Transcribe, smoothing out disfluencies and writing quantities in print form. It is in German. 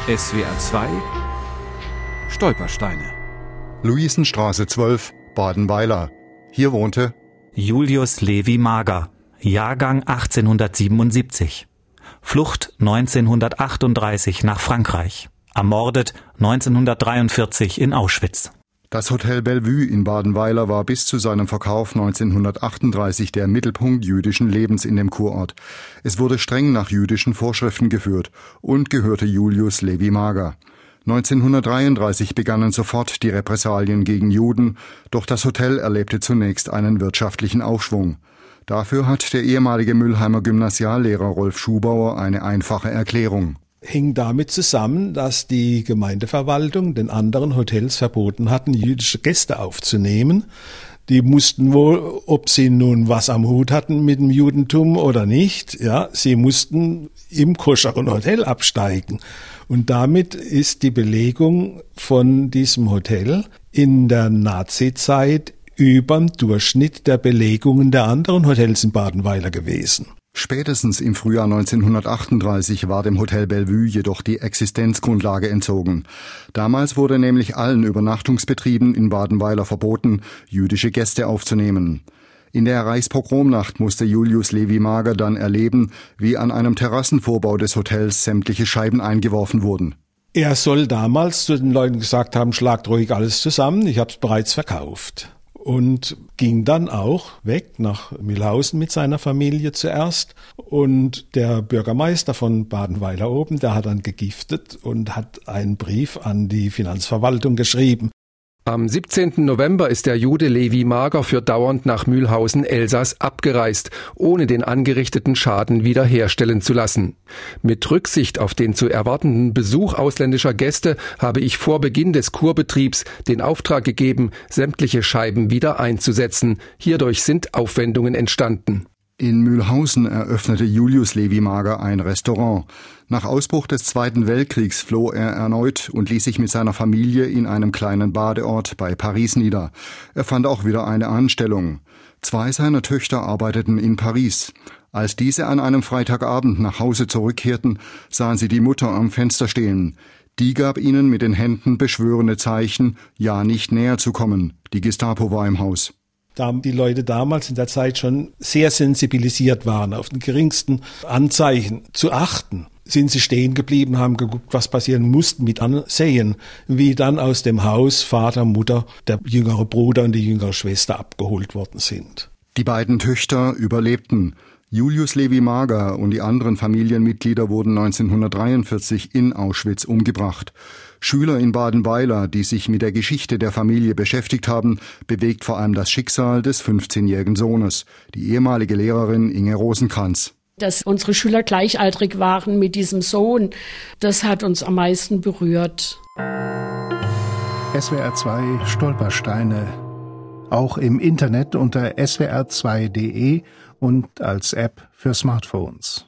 SWR 2 Stolpersteine. Luisenstraße 12, Badenweiler. Hier wohnte Julius Levi Mager, Jahrgang 1877. Flucht 1938 nach Frankreich. Ermordet 1943 in Auschwitz. Das Hotel Bellevue in Badenweiler war bis zu seinem Verkauf 1938 der Mittelpunkt jüdischen Lebens in dem Kurort. Es wurde streng nach jüdischen Vorschriften geführt und gehörte Julius Levi Mager. 1933 begannen sofort die Repressalien gegen Juden, doch das Hotel erlebte zunächst einen wirtschaftlichen Aufschwung. Dafür hat der ehemalige Mülheimer Gymnasiallehrer Rolf Schubauer eine einfache Erklärung. Hing damit zusammen, dass die Gemeindeverwaltung den anderen Hotels verboten hatten, jüdische Gäste aufzunehmen. Die mussten wohl, ob sie nun was am Hut hatten mit dem Judentum oder nicht, ja, sie mussten im koscheren Hotel absteigen. Und damit ist die Belegung von diesem Hotel in der Nazizeit überm Durchschnitt der Belegungen der anderen Hotels in Badenweiler gewesen. Spätestens im Frühjahr 1938 war dem Hotel Bellevue jedoch die Existenzgrundlage entzogen. Damals wurde nämlich allen Übernachtungsbetrieben in Badenweiler verboten, jüdische Gäste aufzunehmen. In der Reichspogromnacht musste Julius Levi Mager dann erleben, wie an einem Terrassenvorbau des Hotels sämtliche Scheiben eingeworfen wurden. Er soll damals zu den Leuten gesagt haben, schlagt ruhig alles zusammen, ich habe es bereits verkauft. Und ging dann auch weg nach Mühlhausen mit seiner Familie zuerst. Und der Bürgermeister von Badenweiler oben, der hat dann gegiftet und hat einen Brief an die Finanzverwaltung geschrieben. Am 17. November ist der Jude Levi Mager für dauernd nach Mühlhausen, Elsass, abgereist, ohne den angerichteten Schaden wiederherstellen zu lassen. Mit Rücksicht auf den zu erwartenden Besuch ausländischer Gäste habe ich vor Beginn des Kurbetriebs den Auftrag gegeben, sämtliche Scheiben wieder einzusetzen. Hierdurch sind Aufwendungen entstanden. In Mühlhausen eröffnete Julius Levi Mager ein Restaurant. Nach Ausbruch des Zweiten Weltkriegs floh er erneut und ließ sich mit seiner Familie in einem kleinen Badeort bei Paris nieder. Er fand auch wieder eine Anstellung. 2 seiner Töchter arbeiteten in Paris. Als diese an einem Freitagabend nach Hause zurückkehrten, sahen sie die Mutter am Fenster stehen. Die gab ihnen mit den Händen beschwörende Zeichen, ja nicht näher zu kommen. Die Gestapo war im Haus. Da die Leute damals in der Zeit schon sehr sensibilisiert waren, auf den geringsten Anzeichen zu achten, sind sie stehen geblieben, haben geguckt, was passieren musste, mit ansehen, wie dann aus dem Haus Vater, Mutter, der jüngere Bruder und die jüngere Schwester abgeholt worden sind. Die beiden Töchter überlebten. Julius Levi Mager und die anderen Familienmitglieder wurden 1943 in Auschwitz umgebracht. Schüler in Badenweiler, die sich mit der Geschichte der Familie beschäftigt haben, bewegt vor allem das Schicksal des 15-jährigen Sohnes, die ehemalige Lehrerin Inge Rosenkranz. Dass unsere Schüler gleichaltrig waren mit diesem Sohn, das hat uns am meisten berührt. SWR 2 Stolpersteine. Auch im Internet unter swr2.de und als App für Smartphones.